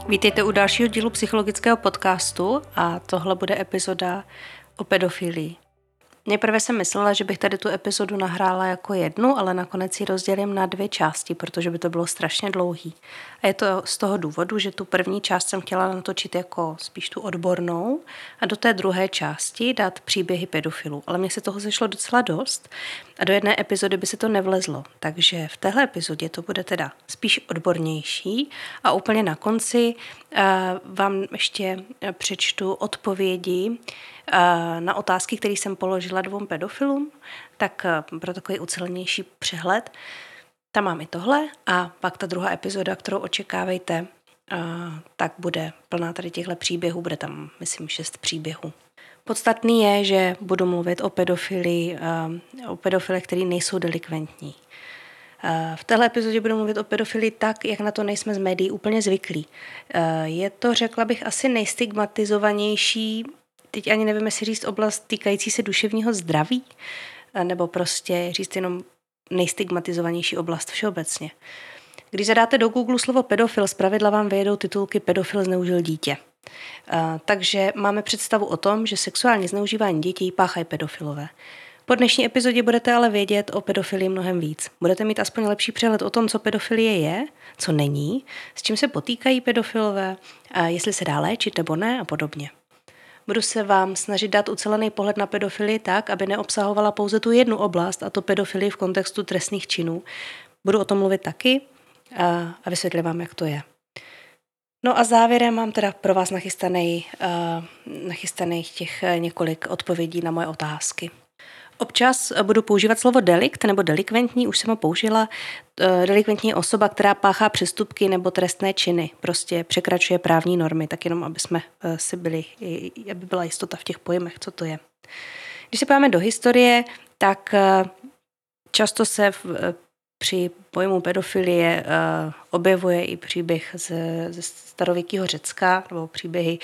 Vítejte u dalšího dílu psychologického podcastu a tohle bude epizoda o pedofilii. Nejprve jsem myslela, že bych tady tu epizodu nahrála jako jednu, ale nakonec ji rozdělím na 2 části, protože by to bylo strašně dlouhý. A je to z toho důvodu, že tu první část jsem chtěla natočit jako spíš tu odbornou a do té druhé části dát příběhy pedofilů. Ale mně se toho sešlo docela dost a do jedné epizody by se to nevlezlo. Takže v téhle epizodě to bude teda spíš odbornější a úplně na konci vám ještě přečtu odpovědi na otázky, které jsem položila 2 pedofilům, tak pro takový ucelenější přehled. Tam mám i tohle a pak ta druhá epizoda, kterou očekávejte, tak bude plná tady těchto příběhů, bude tam, myslím, 6 příběhů. Podstatný je, že budu mluvit o pedofilech, který nejsou delikventní. V této epizodě budu mluvit o pedofilii tak, jak na to nejsme z médií úplně zvyklí. Je to, řekla bych, asi nejstigmatizovanější, teď ani nevím, jestli říct oblast týkající se duševního zdraví, nebo prostě říct jenom nejstigmatizovanější oblast všeobecně. Když zadáte do Google slovo pedofil, zpravidla vám vyjedou titulky pedofil zneužil dítě. Takže máme představu o tom, že sexuální zneužívání dětí páchají pedofilové. Po dnešní epizodě budete ale vědět o pedofilii mnohem víc. Budete mít aspoň lepší přehled o tom, co pedofilie je, co není, s čím se potýkají pedofilové, a jestli se dá léčit nebo ne a podobně. Budu se vám snažit dát ucelený pohled na pedofilii tak, aby neobsahovala pouze tu jednu oblast, a to pedofilii v kontextu trestných činů. Budu o tom mluvit taky a vysvětlím vám, jak to je. No a závěrem mám teda pro vás nachystaných těch několik odpovědí na moje otázky. Občas budu používat slovo delikt nebo delikventní, už jsem ho použila. Delikventní je osoba, která páchá přestupky nebo trestné činy, prostě překračuje právní normy, tak jenom aby byla jistota v těch pojmech, co to je. Když se podíváme do historie, tak často se při pojmu pedofilie objevuje i příběh ze starověkého Řecka, nebo příběhy,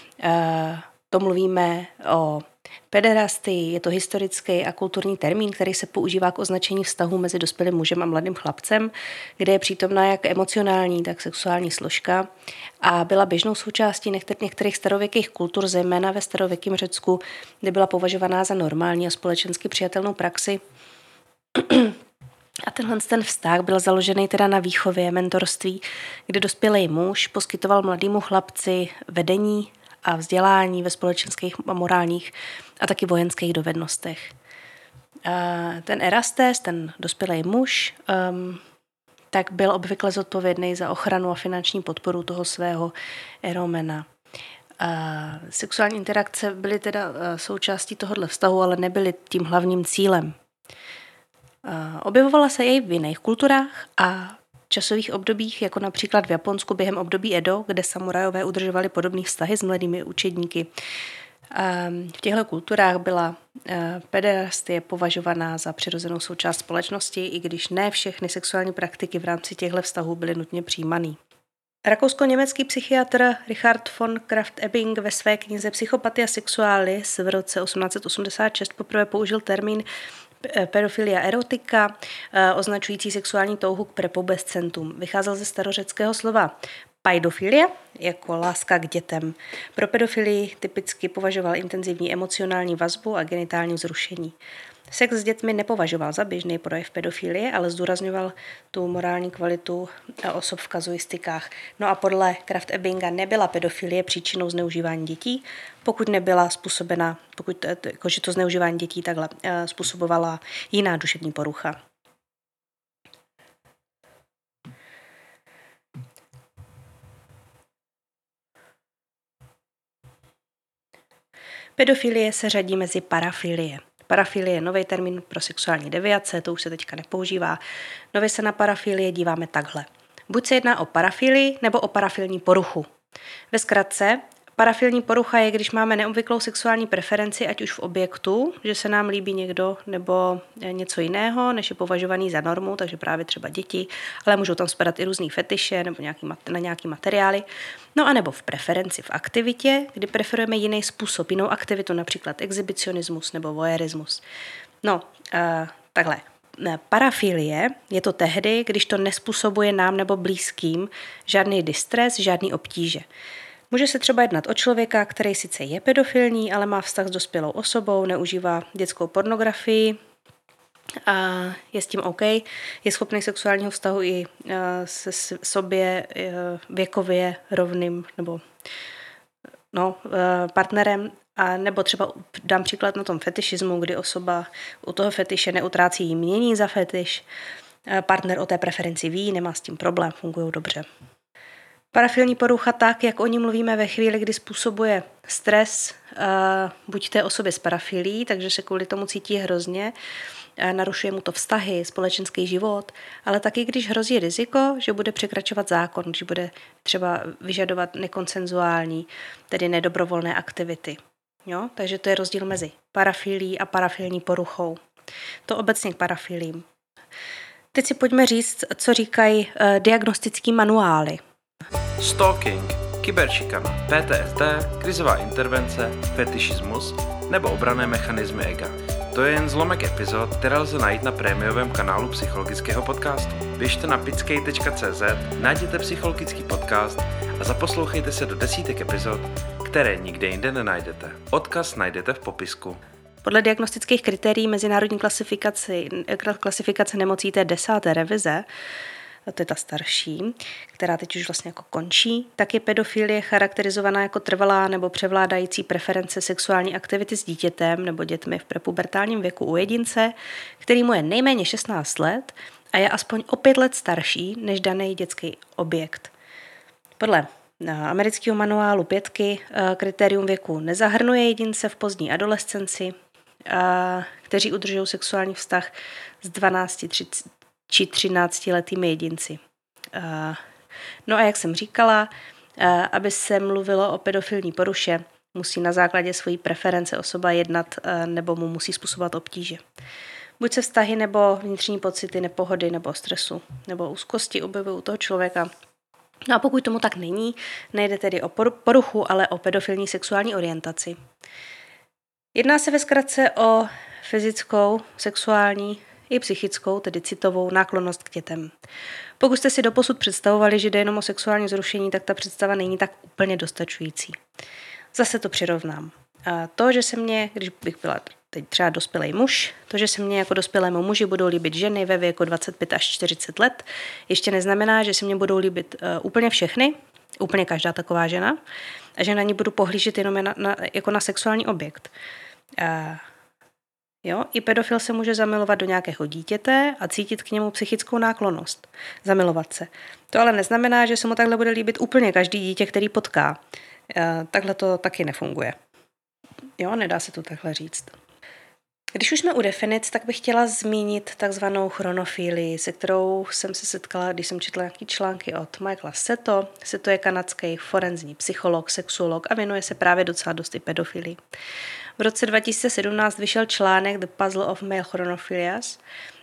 to mluvíme o pederastii, je to historický a kulturní termín, který se používá k označení vztahu mezi dospělým mužem a mladým chlapcem, kde je přítomná jak emocionální, tak sexuální složka a byla běžnou součástí některých starověkých kultur, zejména ve starověkém Řecku, kde byla považovaná za normální a společensky přijatelnou praxi. A ten vztah byl založený teda na výchově, mentorství, kde dospělý muž poskytoval mladému chlapci vedení a vzdělání ve společenských a morálních a taky vojenských dovednostech. Ten Erastes, ten dospělý muž, tak byl obvykle zodpovědný za ochranu a finanční podporu toho svého eromena. Sexuální interakce byly teda součástí tohohle vztahu, ale nebyly tím hlavním cílem. Objevovala se jej v jiných kulturách a časových obdobích, jako například v Japonsku během období Edo, kde samurajové udržovali podobné vztahy s mladými učedníky. V těchto kulturách byla pederastie považovaná za přirozenou součást společnosti, i když ne všechny sexuální praktiky v rámci těchto vztahů byly nutně přijímané. Rakousko-německý psychiatr Richard von Krafft-Ebing ve své knize Psychopathia sexualis v roce 1886 poprvé použil termín pedofilia erotika, označující sexuální touhu k prepubescentum. Vycházel ze starořeckého slova paidofilia, jako láska k dětem. Pro pedofilii typicky považoval intenzivní emocionální vazbu a genitální vzrušení. Sex s dětmi nepovažoval za běžný projev pedofilie, ale zdůrazňoval tu morální kvalitu osob v kazuistikách. No a podle Krafft-Ebinga nebyla pedofilie příčinou zneužívání dětí, pokud to zneužívání dětí takhle způsobovala jiná duševní porucha. Pedofilie se řadí mezi parafilie. Parafilie je nový termín pro sexuální deviace, to už se teďka nepoužívá. Nově se na parafilie díváme takhle. Buď se jedná o parafilii nebo o parafilní poruchu. Ve zkratce, parafilní porucha je, když máme neobvyklou sexuální preferenci, ať už v objektu, že se nám líbí někdo nebo něco jiného, než je považovaný za normu, takže právě třeba děti, ale můžou tam spadat i různý fetiše nebo nějaký materiály. No a nebo v preferenci v aktivitě, kdy preferujeme jiný způsob, jinou aktivitu, například exhibicionismus nebo voyeurismus. No, takhle. Parafilie je to tehdy, když to nespůsobuje nám nebo blízkým žádný distres, žádný obtíže. Může se třeba jednat o člověka, který sice je pedofilní, ale má vztah s dospělou osobou, neužívá dětskou pornografii a je s tím OK, je schopný sexuálního vztahu i se sobě věkově rovným nebo partnerem, a nebo třeba dám příklad na tom fetišismu, kdy osoba u toho fetiše neutrácí jmění za fetiš, partner o té preferenci ví, nemá s tím problém, fungují dobře. Parafilní porucha, tak jak o ní mluvíme ve chvíli, kdy způsobuje stres buď té osobě s parafilí, takže se kvůli tomu cítí hrozně, narušuje mu to vztahy, společenský život, ale taky když hrozí riziko, že bude překračovat zákon, že bude třeba vyžadovat nekonsenzuální, tedy nedobrovolné aktivity. Jo? Takže to je rozdíl mezi parafilí a parafilní poruchou. To obecně k parafilím. Teď si pojďme říct, co říkají diagnostický manuály. Stalking, kyberšikana, PTSD, krizová intervence, fetišismus nebo obranné mechanismy ega. To je jen zlomek epizod, které lze najít na prémiovém kanálu psychologického podcastu. Běžte na pickej.cz, najděte psychologický podcast a zaposlouchejte se do desítek epizod, které nikde jinde nenajdete. Odkaz najdete v popisku. Podle diagnostických kritérií mezinárodní klasifikace nemocí té 10. revize, to je ta starší, která teď už vlastně jako končí, tak je pedofilie charakterizovaná jako trvalá nebo převládající preference sexuální aktivity s dítětem nebo dětmi v prepubertálním věku u jedince, který mu je nejméně 16 let a je aspoň o 5 let starší než daný dětský objekt. Podle amerického manuálu 5 kritérium věku nezahrnuje jedince v pozdní adolescenci, kteří udržují sexuální vztah s 12 či 13letými jedinci. No a jak jsem říkala, aby se mluvilo o pedofilní poruše, musí na základě své preference osoba jednat nebo mu musí způsobovat obtíže. Buď se vztahy nebo vnitřní pocity nepohody nebo stresu nebo úzkosti objevují u toho člověka. No a pokud tomu tak není, nejde tedy o poruchu, ale o pedofilní sexuální orientaci. Jedná se ve zkratce o fyzickou, sexuální i psychickou, tedy citovou náklonnost k dětem. Pokud jste si doposud představovali, že jde jenom o sexuální zrušení, tak ta představa není tak úplně dostačující. Zase to přirovnám. To, že se mě, když bych byla teď třeba dospělý muž, to, že se mě jako dospělému muži budou líbit ženy ve věku 25 až 40 let, ještě neznamená, že se mě budou líbit úplně všechny, úplně každá taková žena, a že na ní budu pohlížet jenom jako na sexuální objekt. Jo, i pedofil se může zamilovat do nějakého dítěte a cítit k němu psychickou náklonnost. Zamilovat se. To ale neznamená, že se mu takhle bude líbit úplně každý dítě, který potká. Takhle to taky nefunguje. Jo, nedá se to takhle říct. Když už jsme u definic, tak bych chtěla zmínit takzvanou chronofílii, se kterou jsem se setkala, když jsem četla nějaké články od Michaela Seto. Seto je kanadský forenzní psycholog, sexuolog a věnuje se právě docela dost i pedofilii. V roce 2017 vyšel článek The Puzzle of Male Chronophilias.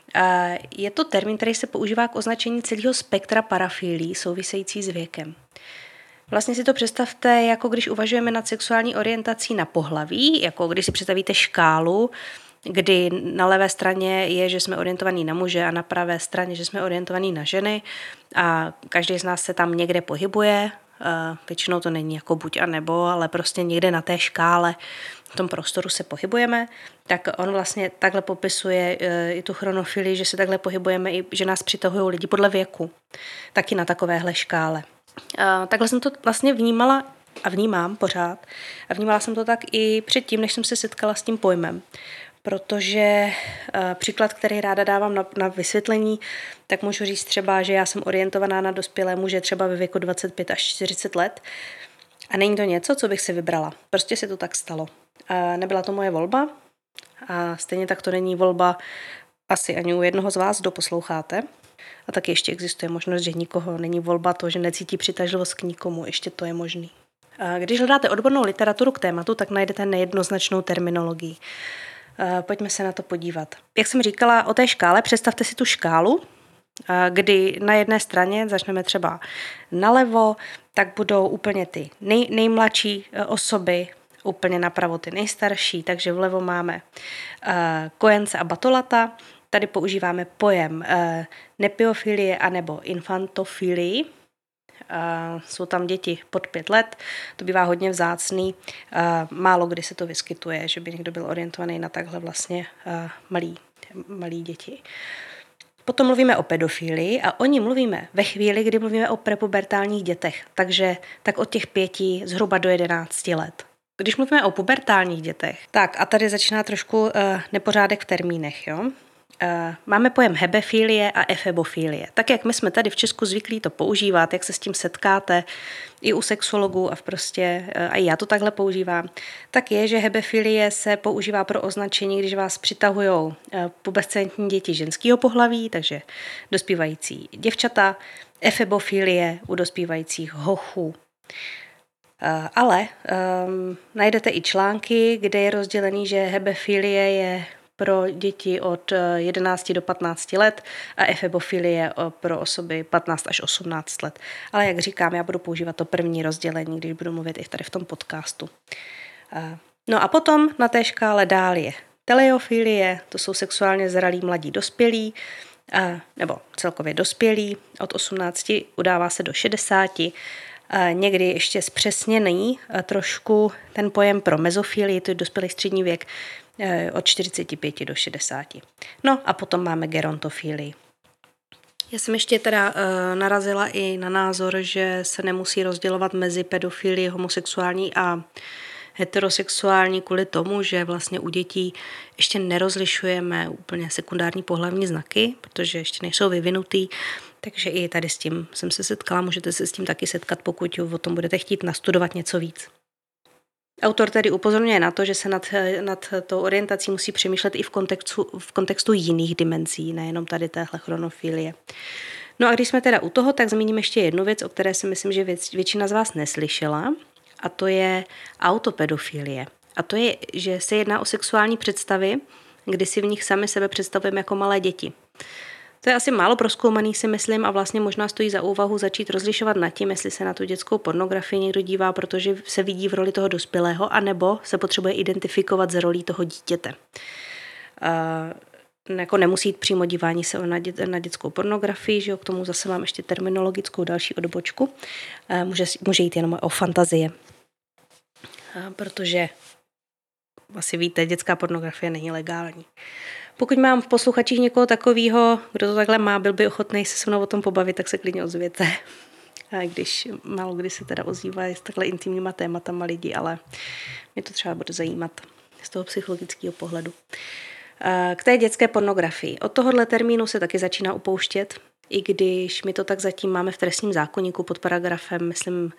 Je to termín, který se používá k označení celého spektra parafilí související s věkem. Vlastně si to představte, jako když uvažujeme nad sexuální orientací na pohlaví, jako když si představíte škálu, kdy na levé straně je, že jsme orientovaní na muže a na pravé straně, že jsme orientovaní na ženy a každý z nás se tam někde pohybuje. Většinou to není jako buď a nebo, ale prostě někde na té škále v tom prostoru se pohybujeme, tak on vlastně takhle popisuje i tu chronofilii, že se takhle pohybujeme i, že nás přitahují lidi podle věku, taky na takovéhle škále. Takhle jsem to vlastně vnímala a vnímám pořád. A vnímala jsem to tak i předtím, než jsem se setkala s tím pojmem. Protože příklad, který ráda dávám na vysvětlení, tak můžu říct třeba, že já jsem orientovaná na dospělé muže třeba ve věku 25 až 40 let a není to něco, co bych si vybrala. Prostě se to tak stalo. Nebyla to moje volba a stejně tak to není volba asi ani u jednoho z vás, kdo posloucháte. A taky ještě existuje možnost, že nikoho není volba to, že necítí přitažlivost k nikomu, ještě to je možný. Když hledáte odbornou literaturu k tématu, tak najdete nejednoznačnou terminologii. Pojďme se na to podívat. Jak jsem říkala o té škále, představte si tu škálu, kdy na jedné straně začneme třeba nalevo, tak budou úplně ty nejmladší osoby, úplně napravo ty nejstarší, takže vlevo máme kojence a batolata, tady používáme pojem nepiofilie anebo infantofilie. Jsou tam děti pod 5 let, to bývá hodně vzácný, málo kdy se to vyskytuje, že by někdo byl orientovaný na takhle vlastně malý děti. Potom mluvíme o pedofilii a o ní mluvíme ve chvíli, kdy mluvíme o prepubertálních dětech, takže tak od těch 5 zhruba do 11 let. Když mluvíme o pubertálních dětech, tak a tady začíná trošku nepořádek v termínech, jo? Máme pojem hebefilie a efebofilie. Tak jak my jsme tady v Česku zvyklí to používat, jak se s tím setkáte i u sexologů a já to takhle používám, tak je, že hebefilie se používá pro označení, když vás přitahujou pubescentní děti ženského pohlaví, takže dospívající děvčata, efebofilie u dospívajících hochů. Ale najdete i články, kde je rozdělený, že hebefilie je pro děti od 11 do 15 let a efebofilie pro osoby 15 až 18 let. Ale jak říkám, já budu používat to první rozdělení, když budu mluvit i tady v tom podcastu. No a potom na té škále dál je teleofilie, to jsou sexuálně zralí mladí dospělí, nebo celkově dospělí, od 18 udává se do 60. Někdy ještě zpřesněný trošku ten pojem pro mezofilii, to je dospělý střední věk, od 45 do 60. No a potom máme gerontofilii. Já jsem ještě teda narazila i na názor, že se nemusí rozdělovat mezi pedofilii homosexuální a heterosexuální kvůli tomu, že vlastně u dětí ještě nerozlišujeme úplně sekundární pohlavní znaky, protože ještě nejsou vyvinutý, takže i tady s tím jsem se setkala, můžete se s tím taky setkat, pokud o tom budete chtít nastudovat něco víc. Autor tedy upozorňuje na to, že se nad tou orientací musí přemýšlet i v kontextu jiných dimenzí, nejenom tady téhle chronofilie. No a když jsme teda u toho, tak zmíním ještě jednu věc, o které si myslím, že většina z vás neslyšela, a to je autopedofilie. A to je, že se jedná o sexuální představy, kdy si v nich sami sebe představujeme jako malé děti. To je asi málo prozkoumaný, si myslím, a vlastně možná stojí za úvahu začít rozlišovat nad tím, jestli se na tu dětskou pornografii někdo dívá, protože se vidí v roli toho dospělého, anebo se potřebuje identifikovat z rolí toho dítěte. Jako nemusí jít přímo dívání se na dětskou pornografii, že jo, k tomu zase mám ještě terminologickou další odbočku. Může jít jenom o fantazie, protože asi víte, dětská pornografie není legální. Pokud mám v posluchačích někoho takového, kdo to takhle má, byl by ochotný se se mnou o tom pobavit, tak se klidně ozvěte. Když málo kdy se teda ozývají s takhle intimníma tématama lidi, ale mě to třeba bude zajímat z toho psychologického pohledu. K té dětské pornografii. Od tohohle termínu se taky začíná upouštět, i když my to tak zatím máme v trestním zákoníku pod paragrafem, myslím,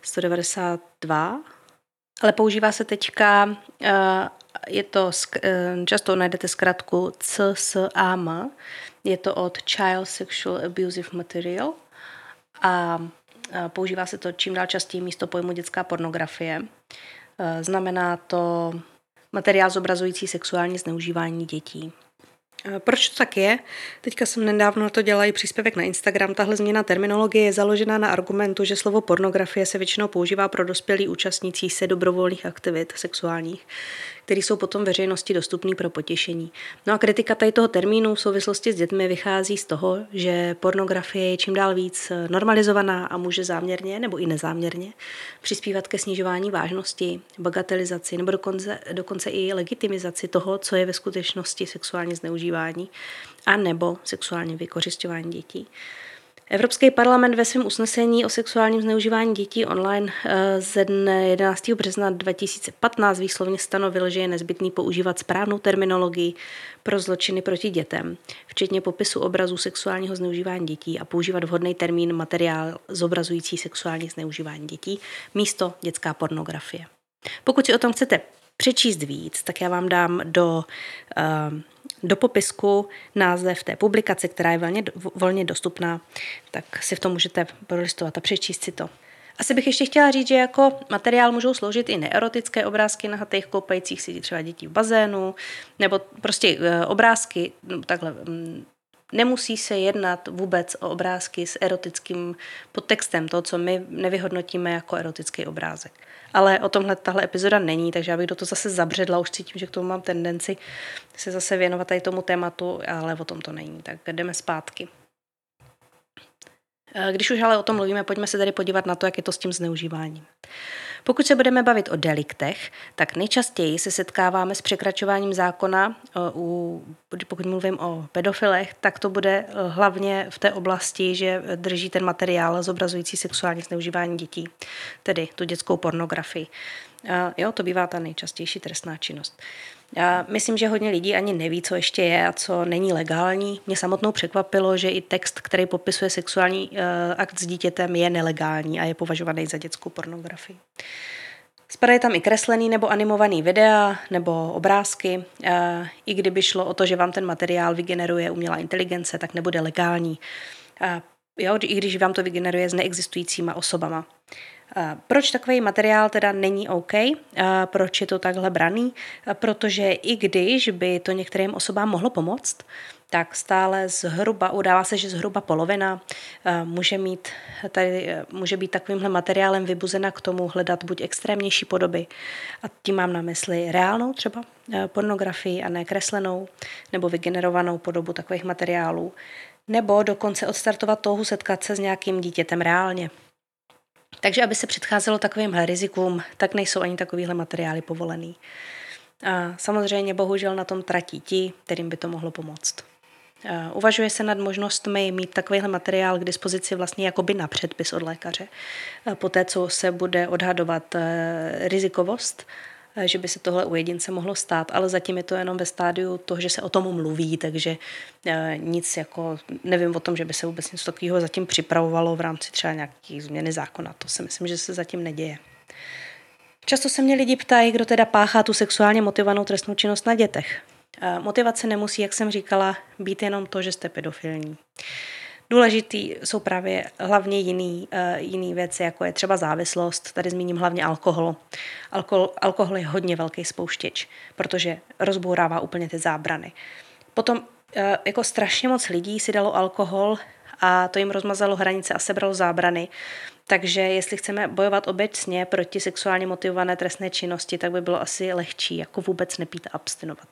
192, ale používá se teďka, je to, často najdete zkratku CSAM, je to od Child Sexual Abusive Material a používá se to čím dál častěji místo pojmu dětská pornografie. Znamená to materiál zobrazující sexuální zneužívání dětí. Proč to tak je? Teďka jsem nedávno na to dělala i příspěvek na Instagram. Tahle změna terminologie je založena na argumentu, že slovo pornografie se většinou používá pro dospělí účastnící se dobrovolných aktivit sexuálních, které jsou potom veřejnosti dostupný pro potěšení. No a kritika tady toho termínu v souvislosti s dětmi vychází z toho, že pornografie je čím dál víc normalizovaná a může záměrně nebo i nezáměrně přispívat ke snižování vážnosti, bagatelizaci nebo dokonce i legitimizaci toho, co je ve skutečnosti sexuální zneužívání a nebo sexuální vykořisťování dětí. Evropský parlament ve svém usnesení o sexuálním zneužívání dětí online ze dne 11. března 2015 výslovně stanovil, že je nezbytný používat správnou terminologii pro zločiny proti dětem, včetně popisu obrazů sexuálního zneužívání dětí a používat vhodný termín materiál zobrazující sexuální zneužívání dětí místo dětská pornografie. Pokud si o tom chcete přečíst víc, tak já vám dám do popisku název té publikace, která je volně dostupná, tak si v tom můžete prolistovat a přečíst si to. Asi bych ještě chtěla říct, že jako materiál můžou sloužit i neerotické obrázky nahatých koupajících si třeba dětí v bazénu, nebo prostě obrázky takhle Nemusí se jednat vůbec o obrázky s erotickým podtextem, to, co my nevyhodnotíme jako erotický obrázek. Ale o tomhle tahle epizoda není, takže já bych do toho zase zabředla, už cítím, že k tomu mám tendenci se zase věnovat tady tomu tématu, ale o tom to není. Tak jdeme zpátky. Když už ale o tom mluvíme, pojďme se tady podívat na to, jak je to s tím zneužíváním. Pokud se budeme bavit o deliktech, tak nejčastěji se setkáváme s překračováním zákona. Pokud mluvím o pedofilech, tak to bude hlavně v té oblasti, že drží ten materiál zobrazující sexuální zneužívání dětí, tedy tu dětskou pornografii. To bývá ta nejčastější trestná činnost. Já myslím, že hodně lidí ani neví, co ještě je a co není legální. Mě samotnou překvapilo, že i text, který popisuje sexuální akt s dítětem, je nelegální a je považovaný za dětskou pornografii. Spadají tam i kreslený nebo animovaný videa nebo obrázky. I kdyby šlo o to, že vám ten materiál vygeneruje umělá inteligence, tak nebude legální. I když vám to vygeneruje s neexistujícíma osobama. Proč takový materiál teda není OK? Proč je to takhle braný? Protože i když by to některým osobám mohlo pomoct, tak stále udává se, že zhruba polovina může být takovýmhle materiálem vybuzena k tomu hledat buď extrémnější podoby, a tím mám na mysli reálnou třeba pornografii a ne kreslenou nebo vygenerovanou podobu takových materiálů, nebo dokonce odstartovat touhu setkat se s nějakým dítětem reálně. Takže aby se předcházelo takovýmhle rizikům, tak nejsou ani takovýhle materiály povolený. A samozřejmě bohužel na tom tratí ti, kterým by to mohlo pomoct. Uvažuje se nad možnostmi mít takovýhle materiál k dispozici vlastně jakoby na předpis od lékaře. Poté, co se bude odhadovat rizikovost, že by se tohle u jedince mohlo stát, ale zatím je to jenom ve stádiu toho, že se o tom mluví, takže nic nevím o tom, že by se vůbec něco takového zatím připravovalo v rámci třeba nějaké změny zákona. To si myslím, že se zatím neděje. Často se mě lidi ptají, kdo teda páchá tu sexuálně motivovanou trestnou činnost na dětech. Motivace nemusí, jak jsem říkala, být jenom to, že jste pedofilní. Důležitý jsou právě hlavně jiný věci, jako je třeba závislost. Tady zmíním hlavně alkohol. Alkohol je hodně velký spouštěč, protože rozbourává úplně ty zábrany. Potom jako strašně moc lidí si dalo alkohol a to jim rozmazalo hranice a sebralo zábrany. Takže jestli chceme bojovat obecně proti sexuálně motivované trestné činnosti, tak by bylo asi lehčí, jako vůbec nepít a abstinovat.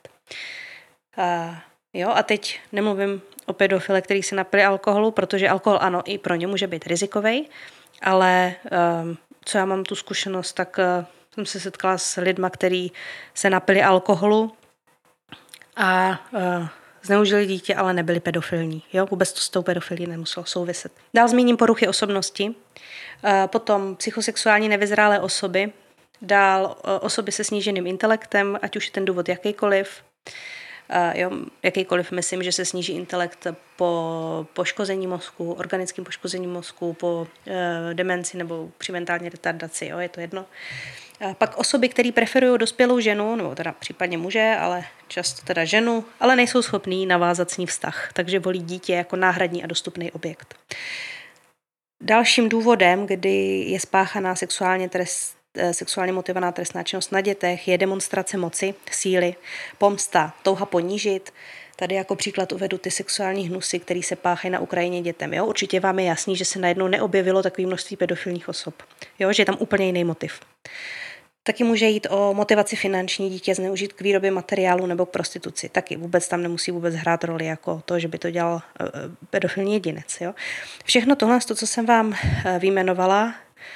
A teď nemluvím o pedofile, který se napili alkoholu, protože alkohol ano, i pro ně může být rizikový, ale co já mám tu zkušenost, tak jsem se setkala s lidma, kteří se napili alkoholu a zneužili dítě, ale nebyli pedofilní. Vůbec to s tou pedofilí nemuselo souviset. Dál zmíním poruchy osobnosti, potom psychosexuální nevyzrálé osoby, dál osoby se sníženým intelektem, ať už je ten důvod jakýkoliv, jakýkoliv, myslím, že se sníží intelekt po poškození mozku, organickým poškození mozku, po demenci nebo při mentální retardaci, je to jedno. Pak osoby, které preferují dospělou ženu, nebo teda případně muže, ale často teda ženu, ale nejsou schopní navázat s ní vztah, takže volí dítě jako náhradní a dostupný objekt. Dalším důvodem, kdy je spáchaná sexuálně motivovaná trestná činnost na dětech, je demonstrace moci, síly, pomsta, touha ponížit. Tady jako příklad uvedu ty sexuální hnusy, které se páchají na Ukrajině dětem. Určitě vám je jasný, že se najednou neobjevilo takové množství pedofilních osob. Že je tam úplně jiný motiv. Taky může jít o motivaci finanční dítě zneužít k výrobě materiálu nebo k prostituci. Taky vůbec tam nemusí vůbec hrát roli jako to, že by to dělal pedofilní jedinec. Všechno tohle, co jsem vám vyjmenovala,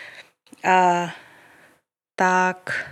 tak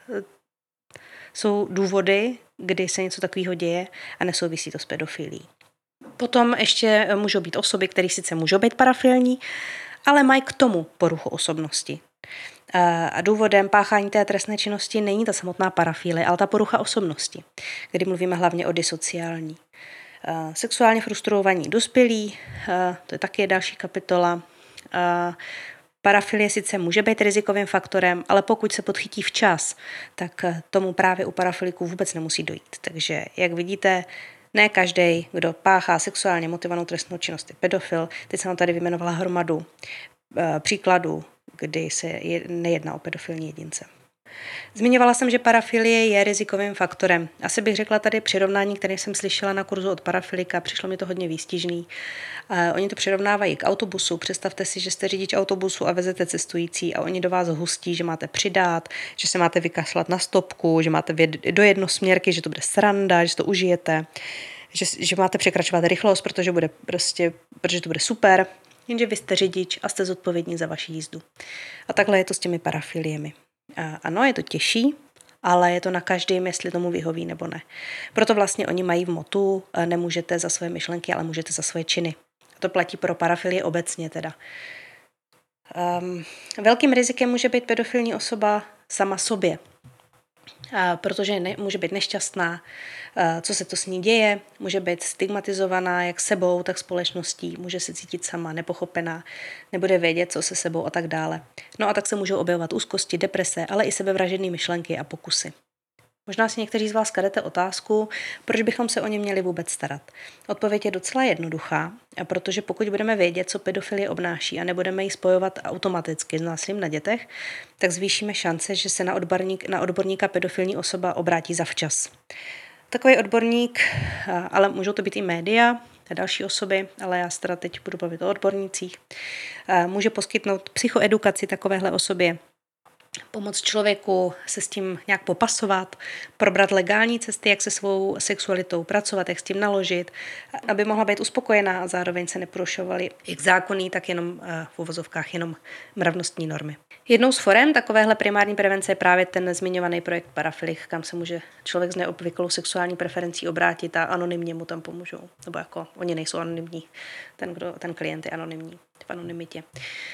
jsou důvody, kdy se něco takového děje a nesouvisí to s pedofilí. Potom ještě můžou být osoby, které sice můžou být parafilní, ale mají k tomu poruchu osobnosti. A důvodem páchání té trestné činnosti není ta samotná parafilie, ale ta porucha osobnosti, kdy mluvíme hlavně o disociální. Sexuálně frustrovaní dospělí, to je taky další kapitola. Parafilie sice může být rizikovým faktorem, ale pokud se podchytí včas, tak tomu právě u parafiliků vůbec nemusí dojít. Takže, jak vidíte, ne každý, kdo páchá sexuálně motivovanou trestnou činnost, je pedofil. Teď jsem tady vyjmenovala hromadu příkladů, kdy se nejedná o pedofilní jedince. Zmiňovala jsem, že parafilie je rizikovým faktorem. Asi bych řekla tady přirovnání, které jsem slyšela na kurzu od parafilika, přišlo mi to hodně výstižný. Oni to přirovnávají k autobusu. Představte si, že jste řidič autobusu a vezete cestující a oni do vás hustí, že máte přidat, že se máte vykašlat na stopku, že máte do jednosměrky, že to bude sranda, že to užijete, že máte překračovat rychlost, protože to bude super. Jenže vy jste řidič a jste zodpovědní za vaši jízdu. A takhle je to s těmi parafiliemi. Ano, je to těžší, ale je to na každém, jestli tomu vyhoví nebo ne. Proto vlastně oni mají v motu, nemůžete za svoje myšlenky, ale můžete za svoje činy. To platí pro parafilie obecně teda. Velkým rizikem může být pedofilní osoba sama sobě, protože může být nešťastná, co se to s ní děje, může být stigmatizovaná jak sebou, tak společností, může se cítit sama nepochopená, nebude vědět, co se sebou a tak dále. No a tak se můžou objevovat úzkosti, deprese, ale i sebevražedné myšlenky a pokusy. Možná si někteří z vás kladete otázku, proč bychom se o ně měli vůbec starat. Odpověď je docela jednoduchá, protože pokud budeme vědět, co pedofilie obnáší a nebudeme ji spojovat automaticky s násilím na dětech, tak zvýšíme šance, že se na odborníka pedofilní osoba obrátí zavčas. Takový odborník, ale můžou to být i média a další osoby, ale já se teda teď budu bavit o odbornících, může poskytnout psychoedukaci takovéhle osobě, pomoct člověku se s tím nějak popasovat, probrat legální cesty, jak se svou sexualitou pracovat, jak s tím naložit, aby mohla být uspokojená a zároveň se neporušovaly jak zákonný, tak jenom v uvozovkách jenom mravnostní normy. Jednou z forem takovéhle primární prevence je právě ten zmiňovaný projekt Parafilik, kam se může člověk s neobvyklou sexuální preferencí obrátit a anonymně mu tam pomůžou. Nebo jako oni nejsou anonymní, ten klient je anonymní, v anonymitě.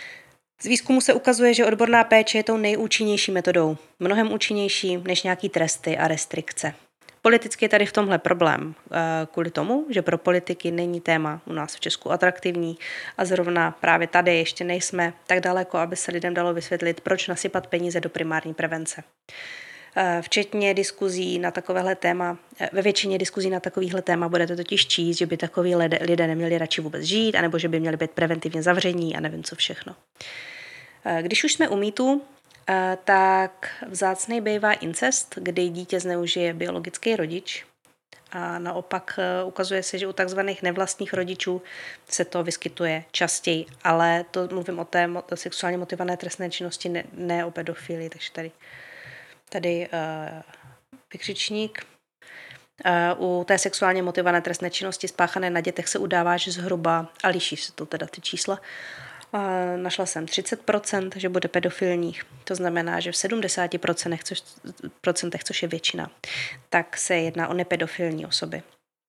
Z výzkumu se ukazuje, že odborná péče je tou nejúčinnější metodou, mnohem účinnější než nějaký tresty a restrikce. Politicky je tady v tomhle problém kvůli tomu, že pro politiky není téma u nás v Česku atraktivní a zrovna právě tady ještě nejsme tak daleko, aby se lidem dalo vysvětlit, proč nasypat peníze do primární prevence. Včetně diskuzí na takovéhle téma, ve většině diskuzí na takovýhle téma budete totiž číst, že by takový lidé neměli radši vůbec žít, anebo že by měli být preventivně zavření a nevím co všechno. Když už jsme u mýtu, tak vzácnej bývá incest, kdy dítě zneužije biologický rodič. A naopak ukazuje se, že u takzvaných nevlastních rodičů se to vyskytuje častěji, ale to mluvím o té sexuálně motivované trestné činnosti, ne o pedofilii, takže tady vykřičník. U té sexuálně motivované trestné činnosti spáchané na dětech se udává, že zhruba, a liší se to teda ty čísla, našla jsem 30%, že bude pedofilních. To znamená, že v 70%, což je většina, tak se jedná o nepedofilní osoby.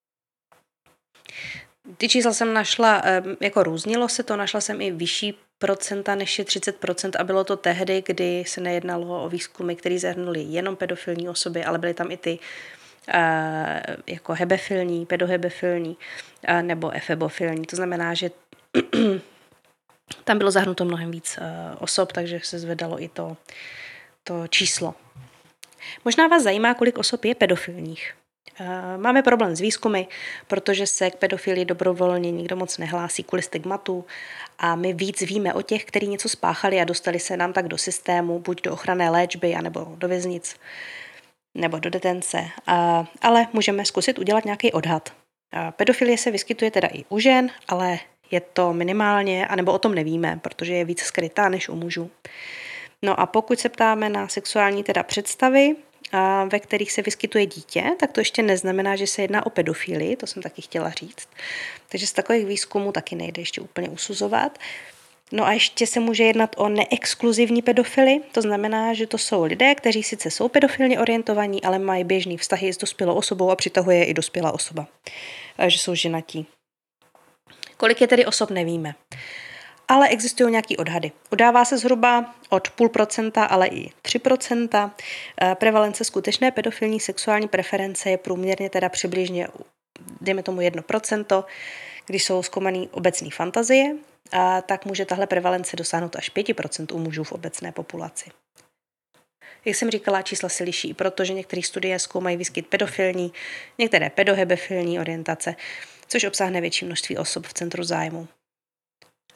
Ty čísla jsem našla, jako různilo se to, našla jsem i vyšší procenta než je 30% a bylo to tehdy, kdy se nejednalo o výzkumy, které zahrnuly jenom pedofilní osoby, ale byly tam i ty jako hebefilní, pedohebefilní nebo efebofilní. To znamená, že tam bylo zahrnuto mnohem víc osob, takže se zvedalo i to číslo. Možná vás zajímá, kolik osob je pedofilních. Máme problém s výzkumy, protože se k pedofilii dobrovolně nikdo moc nehlásí kvůli stigmatu a my víc víme o těch, kteří něco spáchali a dostali se nám tak do systému, buď do ochranné léčby, anebo do věznic, nebo do detence. Ale můžeme zkusit udělat nějaký odhad. Pedofilie se vyskytuje teda i u žen, ale je to minimálně, anebo o tom nevíme, protože je víc skrytá než u mužů. No a pokud se ptáme na sexuální teda představy, ve kterých se vyskytuje dítě, tak to ještě neznamená, že se jedná o pedofilii, to jsem taky chtěla říct. Takže z takových výzkumů taky nejde ještě úplně usuzovat. No a ještě se může jednat o neexkluzivní pedofily, to znamená, že to jsou lidé, kteří sice jsou pedofilně orientovaní, ale mají běžný vztahy s dospělou osobou a přitahuje je i dospělá osoba, že jsou ženatí. Kolik je tedy osob, nevíme. Ale existují nějaký odhady. Udává se zhruba od 0,5%, ale i 3%. Prevalence skutečné pedofilní sexuální preference je průměrně teda přibližně, dejme tomu 1%, když jsou zkoumaný obecné fantazie, tak může tahle prevalence dosáhnout až 5% u mužů v obecné populaci. Jak jsem říkala, čísla se liší, protože některé studie zkoumají výskyt pedofilní, některé pedohebefilní orientace, což obsáhne větší množství osob v centru zájmu.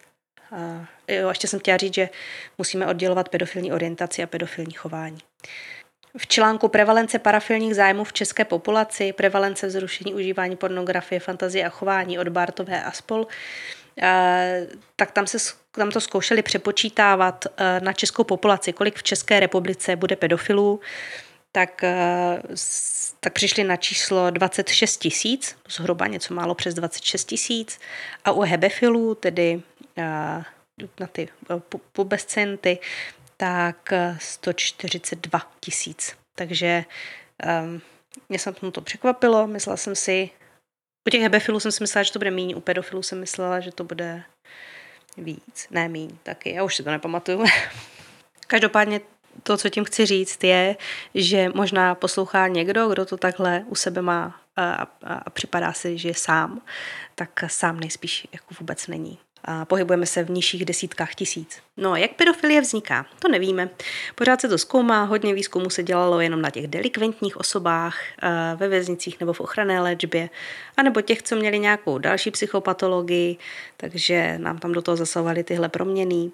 Ještě jsem chtěla říct, že musíme oddělovat pedofilní orientaci a pedofilní chování. V článku Prevalence parafilních zájmů v české populaci, prevalence vzrušení, užívání pornografie, fantazie a chování od Bartové a spol., tak tam to zkoušeli přepočítávat na českou populaci, kolik v České republice bude pedofilů, tak přišli na číslo 26 000, zhruba něco málo přes 26 000, a u hebefilů, tedy na ty pubescenty, tak 142 000. Takže mě se to překvapilo, myslela jsem si, u těch hebefilů jsem si myslela, že to bude míň, u pedofilů jsem myslela, že to bude víc, ne míň, taky, já už si to nepamatuju. Každopádně to, co tím chci říct, je, že možná poslouchá někdo, kdo to takhle u sebe má a připadá si, že je sám, tak sám nejspíš jako vůbec není. A pohybujeme se v nižších desítkách tisíc. No, jak pedofilie vzniká? To nevíme. Pořád se to zkoumá, hodně výzkumů se dělalo jenom na těch delikventních osobách, ve věznicích nebo v ochranné léčbě, anebo těch, co měli nějakou další psychopatologii, takže nám tam do toho zasahovaly tyhle proměny.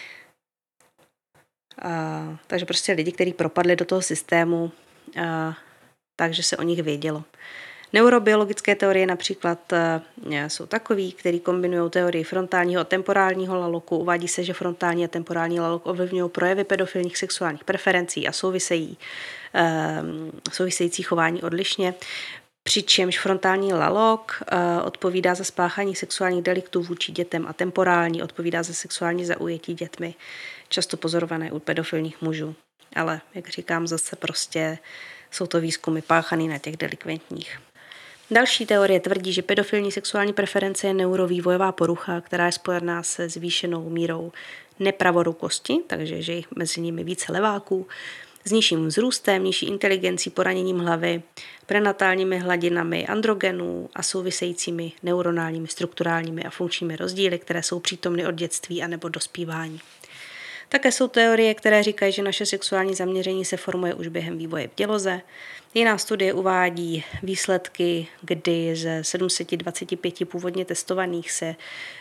Takže prostě lidi, kteří propadli do toho systému, takže se o nich vědělo. Neurobiologické teorie například jsou takový, který kombinují teorii frontálního a temporálního laloku. Uvádí se, že frontální a temporální lalok ovlivňují projevy pedofilních sexuálních preferencí a související chování odlišně. Přičemž frontální lalok odpovídá za spáchání sexuálních deliktů vůči dětem a temporální odpovídá za sexuální zaujetí dětmi, často pozorované u pedofilních mužů. Ale, jak říkám, zase prostě jsou to výzkumy páchané na těch delikventních. Další teorie tvrdí, že pedofilní sexuální preference je neurovývojová porucha, která je spojená se zvýšenou mírou nepravorukosti, takže že je mezi nimi více leváků, s nižším vzrůstem, nižší inteligencí, poraněním hlavy, prenatálními hladinami androgenů a souvisejícími neuronálními, strukturálními a funkčními rozdíly, které jsou přítomny od dětství anebo dospívání. Také jsou teorie, které říkají, že naše sexuální zaměření se formuje už během vývoje v těloze. Jiná studie uvádí výsledky, kdy ze 725 původně testovaných se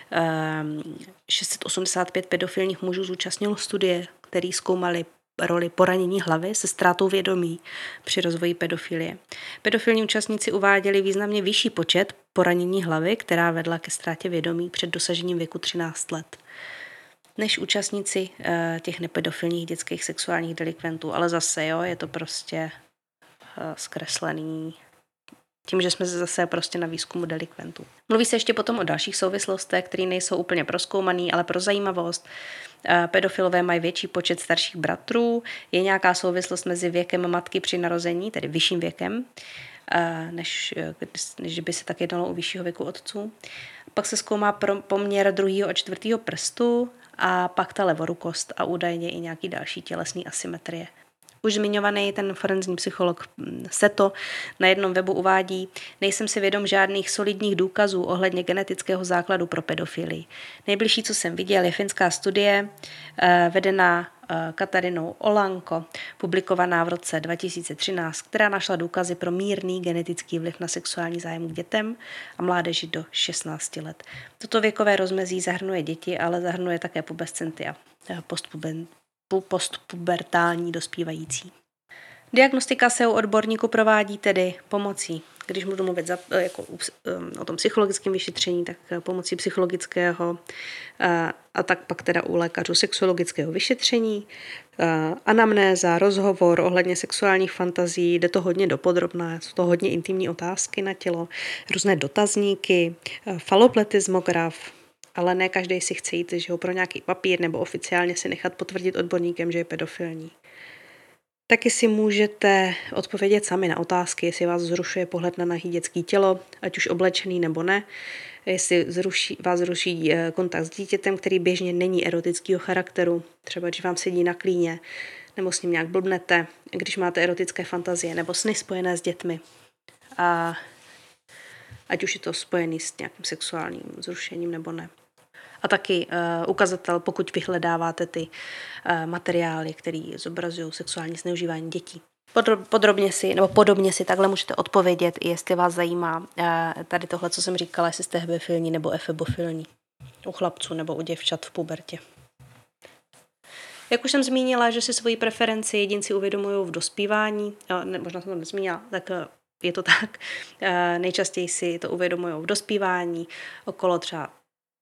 685 pedofilních mužů zúčastnilo studie, které zkoumaly roli poranění hlavy se ztrátou vědomí při rozvoji pedofilie. Pedofilní účastníci uváděli významně vyšší počet poranění hlavy, která vedla ke ztrátě vědomí před dosažením věku 13 let, než účastníci těch nepedofilních dětských sexuálních delikventů. Ale zase, je to prostě zkreslený tím, že jsme zase prostě na výzkumu delikventů. Mluví se ještě potom o dalších souvislostech, které nejsou úplně prozkoumaný, ale pro zajímavost. Pedofilové mají větší počet starších bratrů, je nějaká souvislost mezi věkem matky při narození, tedy vyšším věkem, než by se tak jednalo u vyššího věku otců. Pak se zkoumá poměr 2. a 4. prstu a pak ta levorukost a údajně i nějaký další tělesný asymetrie. Už zmiňovaný ten forenzní psycholog Seto na jednom webu uvádí: nejsem si vědom žádných solidních důkazů ohledně genetického základu pro pedofilii. Nejbližší, co jsem viděl, je finská studie vedená Katarinou Olanko, publikovaná v roce 2013, která našla důkazy pro mírný genetický vliv na sexuální zájem k dětem a mládeži do 16 let. Toto věkové rozmezí zahrnuje děti, ale zahrnuje také pubescenty a postpubertální dospívající. Diagnostika se u odborníků provádí tedy pomocí, když budu mluvit o tom psychologickém vyšetření, tak pomocí psychologického a tak pak teda u lékařů sexuologického vyšetření, anamnéza, rozhovor ohledně sexuálních fantazí, jde to hodně dopodrobná, jsou to hodně intimní otázky na tělo, různé dotazníky, falopletismograf, ale ne každý si chce jít, že ho pro nějaký papír nebo oficiálně si nechat potvrdit odborníkem, že je pedofilní. Taky si můžete odpovědět sami na otázky, jestli vás vzrušuje pohled na nahý dětský tělo, ať už oblečený nebo ne, jestli vás zruší kontakt s dítětem, který běžně není erotického charakteru, třeba když vám sedí na klíně, nebo s ním nějak blbnete, když máte erotické fantazie nebo sny spojené s dětmi. A ať už je to spojený s nějakým sexuálním vzrušením nebo ne. A taky ukazatel, pokud vyhledáváte ty materiály, které zobrazují sexuální zneužívání dětí. Podobně si takhle můžete odpovědět, jestli vás zajímá tady tohle, co jsem říkala, jestli jste hebefilní nebo efebofilní. u chlapců nebo u děvčat v pubertě. Jak už jsem zmínila, že si svoji preferenci jedinci uvědomují v dospívání, možná jsem to nezmínila, tak je to tak. Nejčastěji si to uvědomují v dospívání, okolo třeba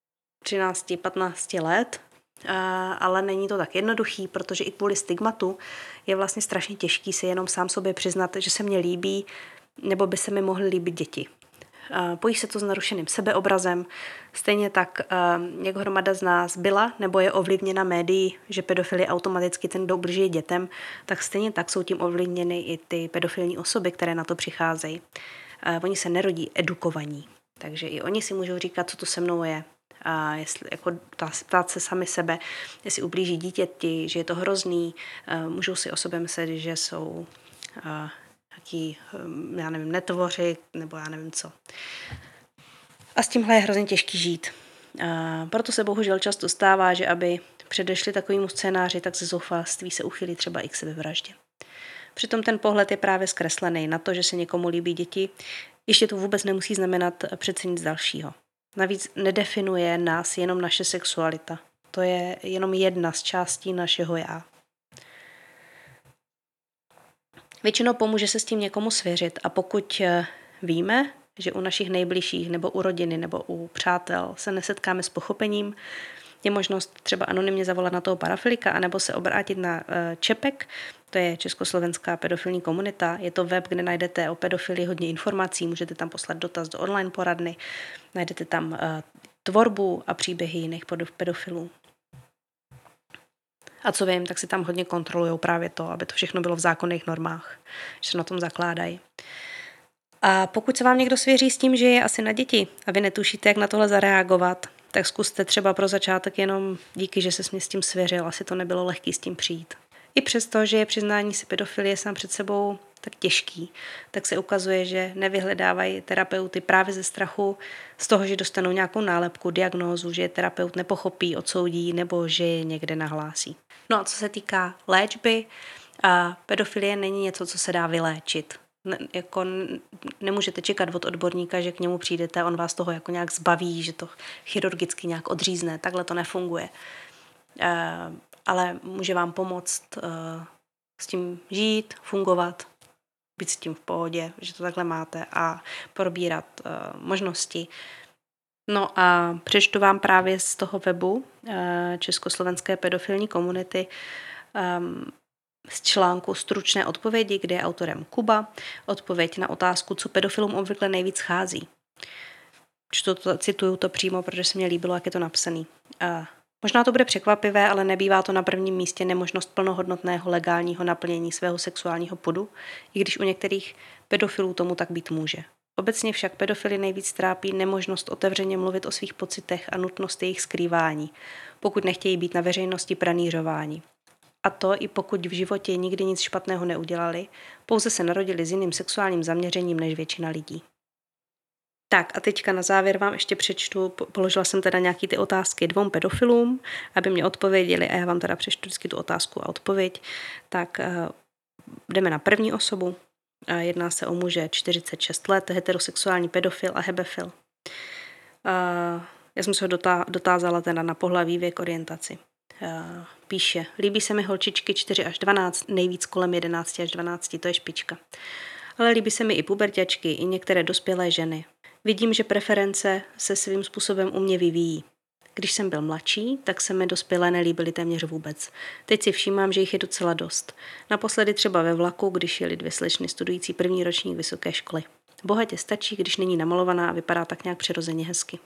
13-15 let, ale není to tak jednoduchý, protože i kvůli stigmatu je vlastně strašně těžký si jenom sám sobě přiznat, že se mně líbí, nebo by se mi mohly líbit děti. Pojí se to s narušeným sebeobrazem, stejně tak, jak hromada z nás byla nebo je ovlivněna médií, že pedofil je automaticky ten, kdo ubližuje dětem, tak stejně tak jsou tím ovlivněny i ty pedofilní osoby, které na to přicházejí. Oni se nerodí edukovaní, takže i oni si můžou říkat, co to se mnou je. A jestli, jako ptát se sami sebe, jestli ublíží dítěti, že je to hrozný, můžou si o sobě myslet, že jsou nějaký, já nevím, netvoři, nebo já nevím co. A s tímhle je hrozně těžký žít. Proto se bohužel často stává, že aby předešli takovému scénáři, tak ze zoufalství se uchylí třeba i k sebevraždě. Přitom ten pohled je právě zkreslený na to, že se někomu líbí děti. Ještě to vůbec nemusí znamenat přece nic dalšího. Navíc nedefinuje nás jenom naše sexualita. To je jenom jedna z částí našeho já. Většinou pomůže se s tím někomu svěřit a pokud víme, že u našich nejbližších nebo u rodiny nebo u přátel se nesetkáme s pochopením, je možnost třeba anonymně zavolat na toho parafilika anebo se obrátit na ČEPEK, to je Československá pedofilní komunita. Je to web, kde najdete o pedofilii hodně informací, můžete tam poslat dotaz do online poradny, najdete tam tvorbu a příběhy jiných pedofilů. A co vím, tak si tam hodně kontrolují právě to, aby to všechno bylo v zákonných normách, že se na tom zakládají. A pokud se vám někdo svěří s tím, že je asi na děti a vy netušíte, jak na tohle zareagovat, tak zkuste třeba pro začátek jenom díky, že se s tím svěřil, asi to nebylo lehký s tím přijít. I přesto, že je přiznání si pedofilie sám před sebou tak těžký, tak se ukazuje, že nevyhledávají terapeuty právě ze strachu z toho, že dostanou nějakou nálepku, diagnózu, že je terapeut nepochopí, odsoudí nebo že je někde nahlásí. No a co se týká léčby, pedofilie není něco, co se dá vyléčit. Nemůžete čekat od odborníka, že k němu přijdete a on vás toho jako nějak zbaví, že to chirurgicky nějak odřízne. Takhle to nefunguje. Ale může vám pomoct s tím žít, fungovat, být s tím v pohodě, že to takhle máte a probírat možnosti. No a přečtu vám právě z toho webu Československé pedofilní komunity z článku Stručné odpovědi, kde je autorem Kuba, odpověď na otázku, co pedofilům obvykle nejvíc schází. Cituju to přímo, protože se mně líbilo, jak je to napsaný. Možná to bude překvapivé, ale nebývá to na prvním místě nemožnost plnohodnotného legálního naplnění svého sexuálního pudu, i když u některých pedofilů tomu tak být může. Obecně však pedofily nejvíc trápí nemožnost otevřeně mluvit o svých pocitech a nutnost jejich skrývání, pokud nechtějí být na veřejnosti pranýřováni. A to i pokud v životě nikdy nic špatného neudělali, pouze se narodili s jiným sexuálním zaměřením než většina lidí. Tak a teďka na závěr vám ještě přečtu, položila jsem teda nějaký ty otázky 2 pedofilům, aby mě odpověděli a já vám teda přečtu vždycky tu otázku a odpověď. Tak jdeme na první osobu. Jedná se o muže 46 let, heterosexuální pedofil a hebefil. Já jsem se ho dotázala teda na pohlaví, věk, orientaci. Píše, líbí se mi holčičky 4 až 12, nejvíc kolem 11 až 12, to je špička. Ale líbí se mi i puberťačky, i některé dospělé ženy. Vidím, že preference se svým způsobem u mě vyvíjí. Když jsem byl mladší, tak se mi dospělé nelíbily téměř vůbec. Teď si všímám, že jich je docela dost. Naposledy třeba ve vlaku, když jeli 2 slečny studující 1. ročník vysoké školy. Bohatě stačí, když není namalovaná a vypadá tak nějak přirozeně hezky.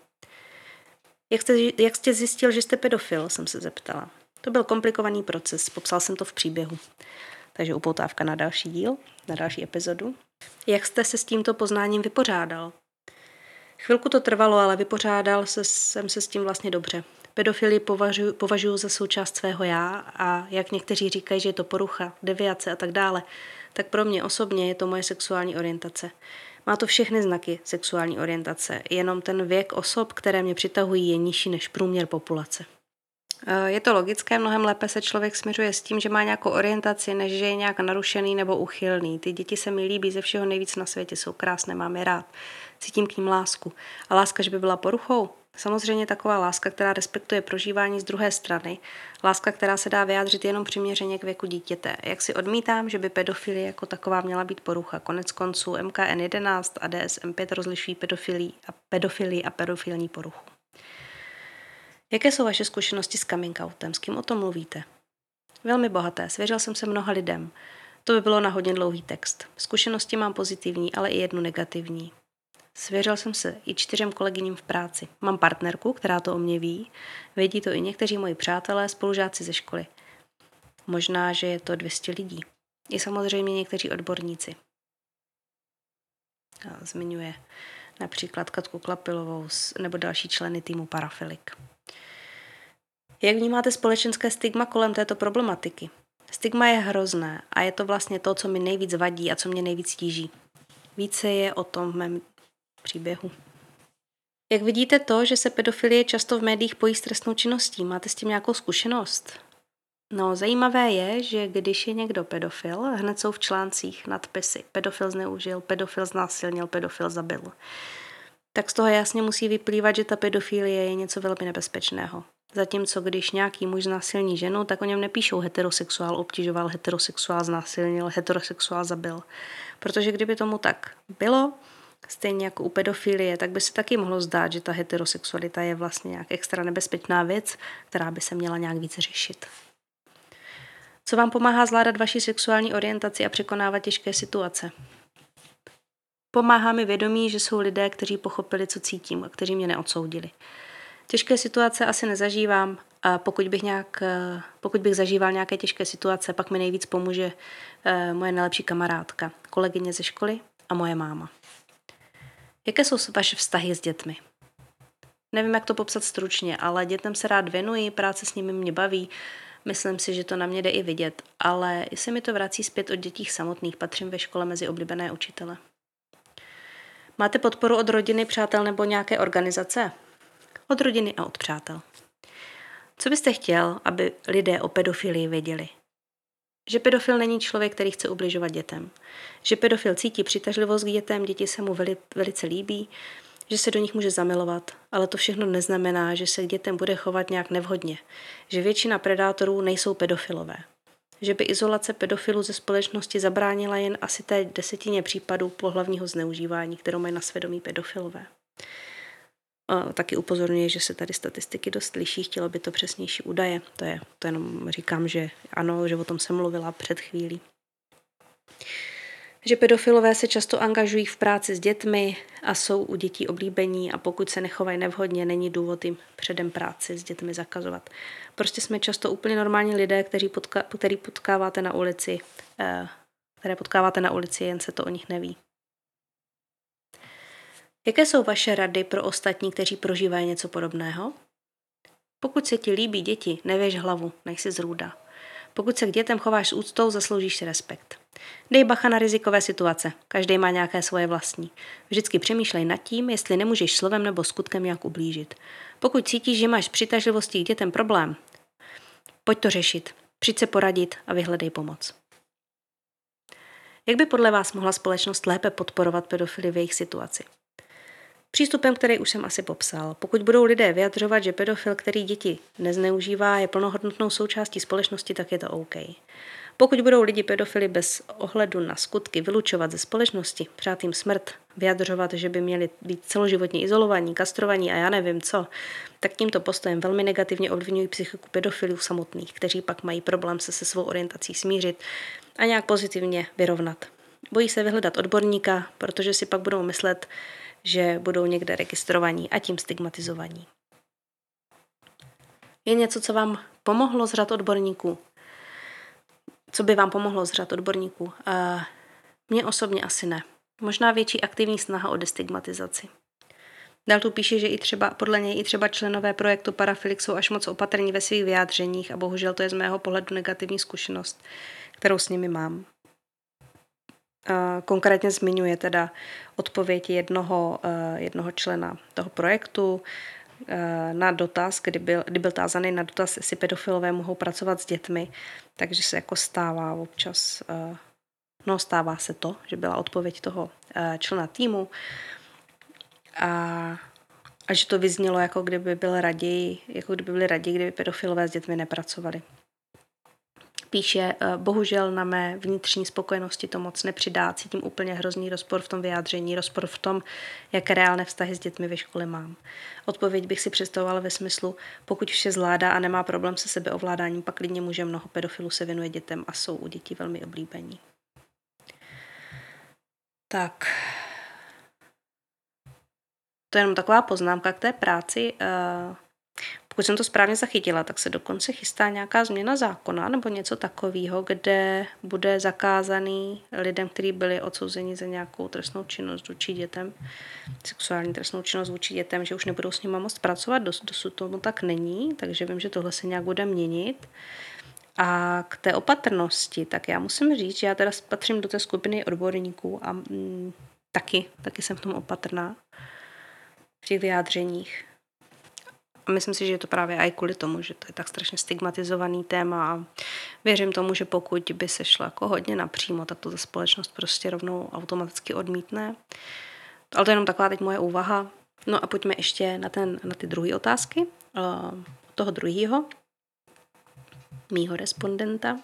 Jak jste zjistil, že jste pedofil, jsem se zeptala. To byl komplikovaný proces, popsal jsem to v příběhu. Takže upoutávka na další díl, na další epizodu. Jak jste se s tímto poznáním vypořádal? Chvilku to trvalo, ale vypořádal jsem se s tím vlastně dobře. Pedofilii považuji za součást svého já a jak někteří říkají, že je to porucha, deviace a tak dále, tak pro mě osobně je to moje sexuální orientace. Má to všechny znaky sexuální orientace, jenom ten věk osob, které mě přitahují, je nižší než průměr populace. Je to logické, mnohem lépe se člověk směřuje s tím, že má nějakou orientaci, než že je nějak narušený nebo uchylný. Ty děti se mi líbí ze všeho nejvíc na světě, jsou krásné, mám je rád. Cítím k ním lásku. A láska, že by byla poruchou? Samozřejmě taková láska, která respektuje prožívání z druhé strany, láska, která se dá vyjádřit jenom přiměřeně k věku dítěte. Jak si odmítám, že by pedofilie jako taková měla být porucha. Konec konců MKN 11 a DSM 5 rozlišují pedofilii a pedofilní poruchu. Jaké jsou vaše zkušenosti s coming outem? S kým o tom mluvíte? Velmi bohaté, svěřil jsem se mnoha lidem. To by bylo na hodně dlouhý text. Zkušenosti mám pozitivní, ale i jednu negativní. Svěřil jsem se i 4 kolegyním v práci. Mám partnerku, která to o mě ví. Vědí to i někteří moji přátelé, spolužáci ze školy. Možná, že je to 200 lidí. I samozřejmě někteří odborníci. Zmiňuje například Katku Klapilovou nebo další členy týmu Parafilik. Jak vnímáte společenské stigma kolem této problematiky? Stigma je hrozné a je to vlastně to, co mi nejvíc vadí a co mě nejvíc tíží. Více je o tom v mém příběhu. Jak vidíte to, že se pedofilie často v médiích pojí s trestnou činností? Máte s tím nějakou zkušenost? No, zajímavé je, že když je někdo pedofil, hned jsou v článcích nadpisy. Pedofil zneužil, pedofil znásilnil, pedofil zabil. Tak z toho jasně musí vyplývat, že ta pedofilie je něco velmi nebezpečného. Zatímco když nějaký muž znásilní ženu, tak o něm nepíšou heterosexuál obtěžoval, heterosexuál znásilnil, heterosexuál zabil. Protože kdyby tomu tak bylo, stejně jako u pedofilie, tak by se taky mohlo zdát, že ta heterosexualita je vlastně nějak extra nebezpečná věc, která by se měla nějak víc řešit. Co vám pomáhá zvládat vaši sexuální orientaci a překonávat těžké situace? Pomáhá mi vědomí, že jsou lidé, kteří pochopili, co cítím a kteří mě neodsoudili. Těžké situace asi nezažívám a pokud bych zažíval nějaké těžké situace, pak mi nejvíc pomůže moje nejlepší kamarádka, kolegyně ze školy a moje máma. Jaké jsou vaše vztahy s dětmi? Nevím, jak to popsat stručně, ale dětem se rád věnuji, práce s nimi mě baví, myslím si, že to na mě jde i vidět, ale i se mi to vrací zpět od dětí samotných, patřím ve škole mezi oblíbené učitele. Máte podporu od rodiny, přátel nebo nějaké organizace? Od rodiny a od přátel. Co byste chtěl, aby lidé o pedofilii věděli? Že pedofil není člověk, který chce ubližovat dětem. Že pedofil cítí přitažlivost k dětem, děti se mu velice líbí, že se do nich může zamilovat, ale to všechno neznamená, že se k dětem bude chovat nějak nevhodně. Že většina predátorů nejsou pedofilové. Že by izolace pedofilů ze společnosti zabránila jen asi té 10 případů pohlavního zneužívání, kterou mají na svědomí pedofilové. Taky upozorňuji, že se tady statistiky dost liší, chtělo by to přesnější údaje. To jenom říkám, že ano, že o tom jsem mluvila před chvílí. Že pedofilové se často angažují v práci s dětmi a jsou u dětí oblíbení a pokud se nechovají nevhodně, není důvod jim předem práci s dětmi zakazovat. Prostě jsme často úplně normální lidé, které potkáváte na ulici, jen se to o nich neví. Jaké jsou vaše rady pro ostatní, kteří prožívají něco podobného? Pokud se ti líbí děti, nevěž hlavu, nech si zrůda. Pokud se k dětem chováš s úctou, zasloužíš si respekt. Dej bacha na rizikové situace, každý má nějaké svoje vlastní. Vždycky přemýšlej nad tím, jestli nemůžeš slovem nebo skutkem nějak ublížit. Pokud cítíš, že máš přitažlivostí k dětem problém, pojď to řešit, přijď se poradit a vyhledej pomoc. Jak by podle vás mohla společnost lépe podporovat pedofily v jejich situaci? Přístupem, který už jsem asi popsal. Pokud budou lidé vyjadřovat, že pedofil, který děti nezneužívá, je plnohodnotnou součástí společnosti, tak je to OK. Pokud budou lidi pedofily bez ohledu na skutky vylučovat ze společnosti, přát jim smrt, vyjadřovat, že by měli být celoživotně izolovaní, kastrovaní a já nevím co, tak tímto postojem velmi negativně ovlivňují psychiku pedofilů samotných, kteří pak mají problém se svou orientací smířit a nějak pozitivně vyrovnat. Bojí se vyhledat odborníka, protože si pak budou myslet, že budou někde registrovaní a tím stigmatizovaní. Je něco, co vám pomohlo z řad odborníků? Co by vám pomohlo z řad odborníků? Mně osobně asi ne. Možná větší aktivní snaha o destigmatizaci. Dál tu píše, že podle něj i třeba členové projektu Parafilik jsou až moc opatrní ve svých vyjádřeních a bohužel to je z mého pohledu negativní zkušenost, kterou s nimi mám. Konkrétně zmiňuje teda odpověď jednoho člena toho projektu na dotaz, kdy byl tázaný na dotaz, jestli pedofilové mohou pracovat s dětmi, takže se jako stává občas, stává se to, že byla odpověď toho člena týmu A že to vyznělo, jako kdyby byli raději, kdyby pedofilové s dětmi nepracovali. Píše, bohužel na mé vnitřní spokojenosti to moc nepřidá, cítím úplně hrozný rozpor v tom vyjádření, rozpor v tom, jaké reálné vztahy s dětmi ve škole mám. Odpověď bych si představovala ve smyslu, pokud vše zvládá a nemá problém se sebeovládáním, pak klidně může, mnoho pedofilů se věnuje dětem a jsou u dětí velmi oblíbení. Tak. To je jenom taková poznámka k té práci. Pokud jsem to správně zachytila, tak se dokonce chystá nějaká změna zákona nebo něco takového, kde bude zakázaný lidem, kteří byli odsouzeni za nějakou trestnou činnost vůči dětem, sexuální trestnou činnost vůči dětem, že už nebudou s nimi moct pracovat, dosud tomu tak není, takže vím, že tohle se nějak bude měnit. A k té opatrnosti, tak já musím říct, že já teda patřím do té skupiny odborníků a taky jsem v tom opatrná v těch vyjádřeních. A myslím si, že je to právě i kvůli tomu, že to je tak strašně stigmatizovaný téma a věřím tomu, že pokud by se šlo jako hodně napřímo, tak to ta společnost prostě rovnou automaticky odmítne. Ale to je jenom taková teď moje úvaha. No a pojďme ještě na ty druhé otázky. Toho druhého, mýho respondenta.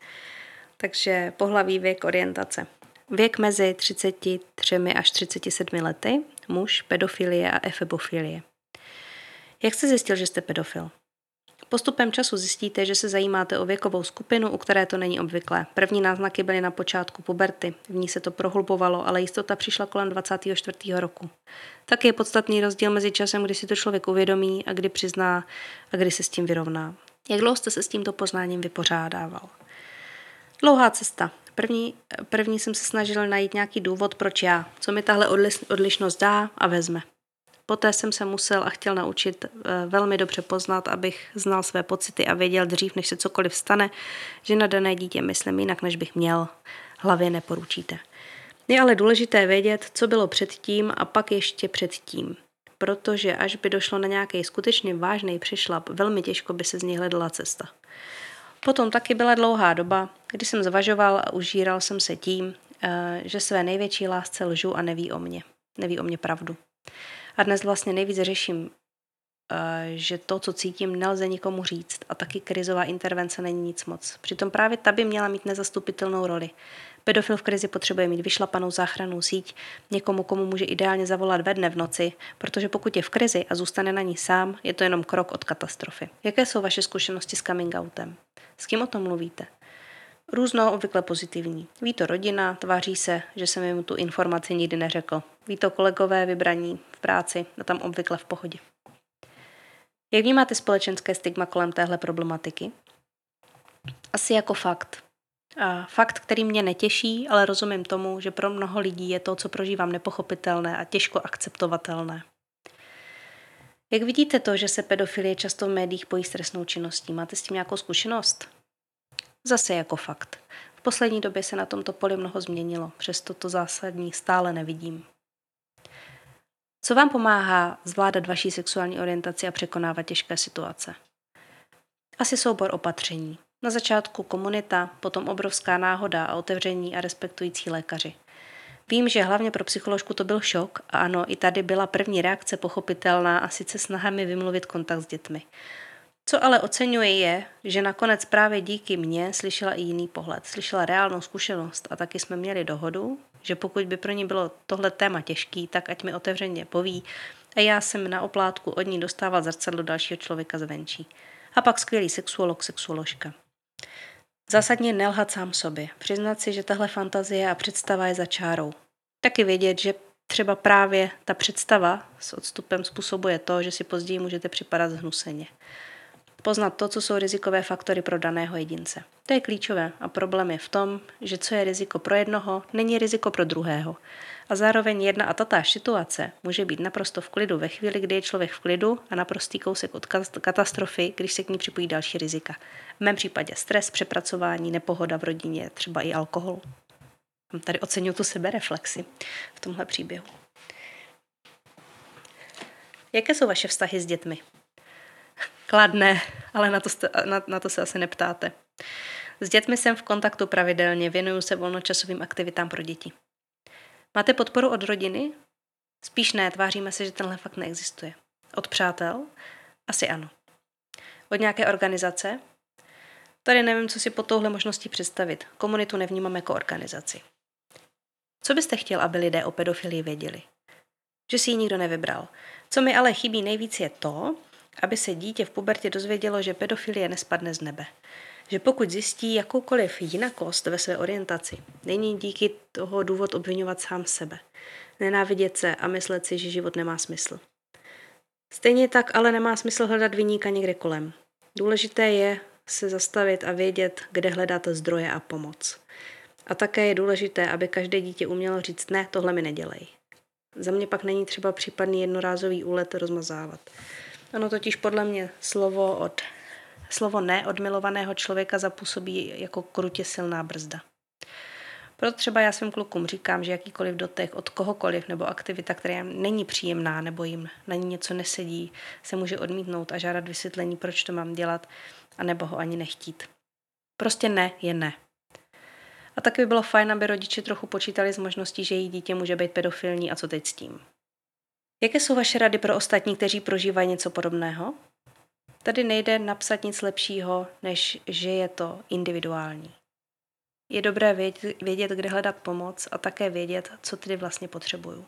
Takže pohlaví, věk, orientace. Věk mezi 33 až 37 lety, muž, pedofilie a efebofilie. Jak jste zjistil, že jste pedofil? Postupem času zjistíte, že se zajímáte o věkovou skupinu, u které to není obvyklé. První náznaky byly na počátku puberty, v ní se to prohlubovalo, ale jistota přišla kolem 24. roku. Tak je podstatný rozdíl mezi časem, kdy si to člověk uvědomí a kdy přizná a kdy se s tím vyrovná. Jak dlouho jste se s tímto poznáním vypořádával? Dlouhá cesta. První jsem se snažil najít nějaký důvod, proč já, co mi tahle odlišnost dá a vezme. Poté jsem se musel a chtěl naučit velmi dobře poznat, abych znal své pocity a věděl dřív, než se cokoliv stane, že na dané dítě myslím jinak, než bych měl. Hlavě neporučíte. Je ale důležité vědět, co bylo předtím a pak ještě předtím. Protože až by došlo na nějaký skutečně vážný přešlap, velmi těžko by se z něj hledala cesta. Potom taky byla dlouhá doba, kdy jsem zvažoval a užíral jsem se tím, že své největší lásce lžu a neví o mě pravdu. A dnes vlastně nejvíc řeším, že to, co cítím, nelze nikomu říct a taky krizová intervence není nic moc. Přitom právě ta by měla mít nezastupitelnou roli. Pedofil v krizi potřebuje mít vyšlapanou záchrannou síť, někomu, komu může ideálně zavolat ve dne v noci, protože pokud je v krizi a zůstane na ní sám, je to jenom krok od katastrofy. Jaké jsou vaše zkušenosti s coming outem? S kým o tom mluvíte? Různou, obvykle pozitivní. Ví to rodina, tváří se, že jsem jim tu informaci nikdy neřekl. Ví to kolegové vybraní v práci, a tam obvykle v pohodě. Jak vnímáte společenské stigma kolem téhle problematiky? Asi jako fakt. Fakt, který mě netěší, ale rozumím tomu, že pro mnoho lidí je to, co prožívám, nepochopitelné a těžko akceptovatelné. Jak vidíte to, že se pedofilie často v médiích pojí s trestnou činností? Máte s tím nějakou zkušenost? Zase jako fakt. V poslední době se na tomto poli mnoho změnilo, přesto to zásadní stále nevidím. Co vám pomáhá zvládat vaší sexuální orientaci a překonávat těžké situace? Asi soubor opatření. Na začátku komunita, potom obrovská náhoda a otevření a respektující lékaři. Vím, že hlavně pro psycholožku to byl šok a ano, i tady byla první reakce pochopitelná a sice snaha mi vymluvit kontakt s dětmi. Co ale oceňuji je, že nakonec právě díky mně slyšela i jiný pohled, slyšela reálnou zkušenost a taky jsme měli dohodu, že pokud by pro ní bylo tohle téma těžký, tak ať mi otevřeně poví a já jsem na oplátku od ní dostával zrcadlo dalšího člověka zvenčí. A pak skvělý sexuolog, sexuoložka. Zásadně nelhat sám sobě, přiznat si, že tahle fantazie a představa je za čárou. Taky vědět, že třeba právě ta představa s odstupem způsobuje to, že si později můžete připadat zhnuseně. Poznat to, co jsou rizikové faktory pro daného jedince. To je klíčové a problém je v tom, že co je riziko pro jednoho, není riziko pro druhého. A zároveň jedna a tatáž situace může být naprosto v klidu ve chvíli, kdy je člověk v klidu a naprostý kousek od katastrofy, když se k ní připojí další rizika. V mém případě stres, přepracování, nepohoda v rodině, třeba i alkohol. Tady oceňuji tu sebereflexi v tomhle příběhu. Jaké jsou vaše vztahy s dětmi? Kladné, ale na to se asi neptáte. S dětmi jsem v kontaktu pravidelně, věnuju se volnočasovým aktivitám pro děti. Máte podporu od rodiny? Spíš ne, tváříme se, že tenhle fakt neexistuje. Od přátel? Asi ano. Od nějaké organizace? Tady nevím, co si pod touhle možností představit. Komunitu nevnímám jako organizaci. Co byste chtěl, aby lidé o pedofilii věděli? Že si ji nikdo nevybral. Co mi ale chybí nejvíc je to, aby se dítě v pubertě dozvědělo, že pedofilie nespadne z nebe. Že pokud zjistí jakoukoliv jinakost ve své orientaci, není díky toho důvod obvinovat sám sebe. Nenávidět se a myslet si, že život nemá smysl. Stejně tak ale nemá smysl hledat viníka někde kolem. Důležité je se zastavit a vědět, kde hledat zdroje a pomoc. A také je důležité, aby každé dítě umělo říct ne, tohle mi nedělej. Za mě pak není třeba případný jednorázový úlet rozmazávat. Ono totiž podle mě slovo ne od milovaného člověka zapůsobí jako krutě silná brzda. Proto třeba já svým klukům říkám, že jakýkoliv dotek od kohokoliv nebo aktivita, která jim není příjemná nebo jim na ní něco nesedí, se může odmítnout a žádat vysvětlení, proč to mám dělat, anebo ho ani nechtít. Prostě ne je ne. A taky by bylo fajn, aby rodiče trochu počítali s možností, že jejich dítě může být pedofilní a co teď s tím. Jaké jsou vaše rady pro ostatní, kteří prožívají něco podobného? Tady nejde napsat nic lepšího, než že je to individuální. Je dobré vědět, kde hledat pomoc a také vědět, co tedy vlastně potřebuju.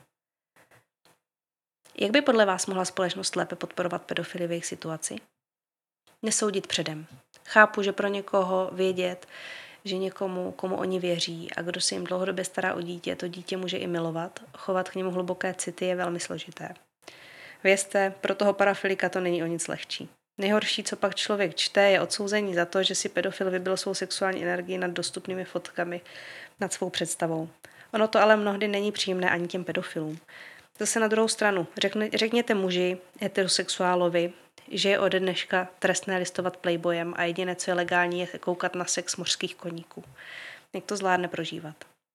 Jak by podle vás mohla společnost lépe podporovat pedofily v jejich situaci? Nesoudit předem. Chápu, že pro někoho vědět, že někomu, komu oni věří a kdo se jim dlouhodobě stará o dítě, to dítě může i milovat, chovat k němu hluboké city je velmi složité. Vězte, pro toho parafilika to není o nic lehčí. Nejhorší, co pak člověk čte, je odsouzení za to, že si pedofil vybil svou sexuální energii nad dostupnými fotkami, nad svou představou. Ono to ale mnohdy není příjemné ani těm pedofilům. Zase na druhou stranu, řekněte muži, heterosexuálovi, že je ode dneška trestné listovat playboyem a jediné, co je legální, je koukat na sex mořských koníků. Jak to zvládne prožívat?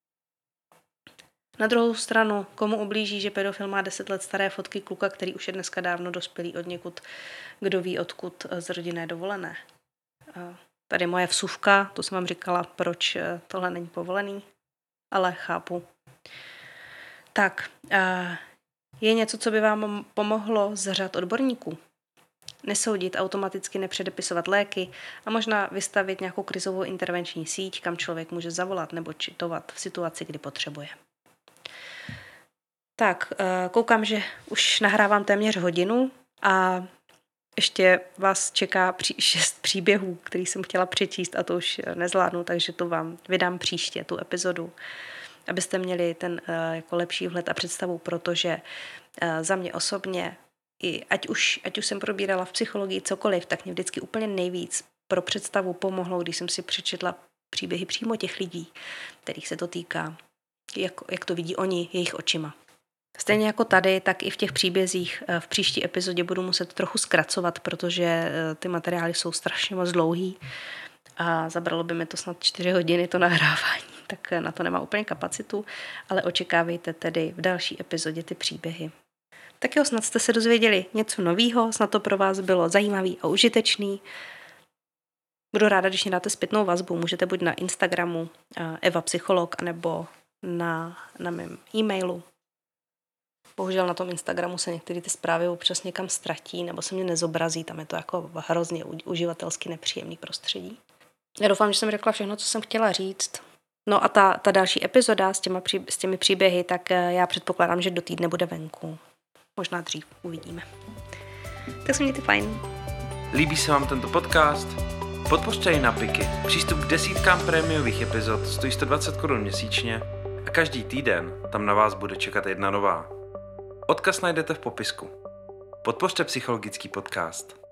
Na druhou stranu, komu ublíží, že pedofil má 10 let staré fotky kluka, který už je dneska dávno dospělý od někud, kdo ví odkud, z rodinné dovolené. Tady moje vsuvka, to jsem vám říkala, proč tohle není povolený, ale chápu. Tak, je něco, co by vám pomohlo z řad odborníků? Nesoudit, automaticky nepředepisovat léky a možná vystavit nějakou krizovou intervenční síť, kam člověk může zavolat nebo čitovat v situaci, kdy potřebuje. Tak, koukám, že už nahrávám téměř hodinu a ještě vás čeká 6 příběhů, který jsem chtěla přečíst a to už nezvládnu, takže to vám vydám příště, tu epizodu, abyste měli ten jako lepší vhled a představu, protože za mě osobně, ať už jsem probírala v psychologii cokoliv, tak mě vždycky úplně nejvíc pro představu pomohlo, když jsem si přečetla příběhy přímo těch lidí, kterých se to týká, jak to vidí oni jejich očima. Stejně jako tady, tak i v těch příbězích v příští epizodě budu muset trochu zkracovat, protože ty materiály jsou strašně moc dlouhý a zabralo by mi to snad 4 hodiny to nahrávání, tak na to nemám úplně kapacitu, ale očekávejte tedy v další epizodě ty příběhy. Tak jo, snad jste se dozvěděli něco novýho, snad to pro vás bylo zajímavý a užitečný. Budu ráda, když mi dáte zpětnou vazbu, můžete buď na Instagramu Eva Psycholog, anebo na mém e-mailu. Bohužel na tom Instagramu se některé ty zprávy občas někam ztratí nebo se mě nezobrazí, tam je to jako hrozně uživatelsky nepříjemný prostředí. Já doufám, že jsem řekla všechno, co jsem chtěla říct. No a ta další epizoda s těmi příběhy, tak já předpokládám, že do týdne bude venku. Možná dřív, uvidíme. Tak se mějte fajn. Líbí se vám tento podcast? Podpořte ji na Piky. Přístup k desítkám prémiových epizod stojí 120 Kč měsíčně a každý týden tam na vás bude čekat jedna nová. Odkaz najdete v popisku. Podpořte psychologický podcast.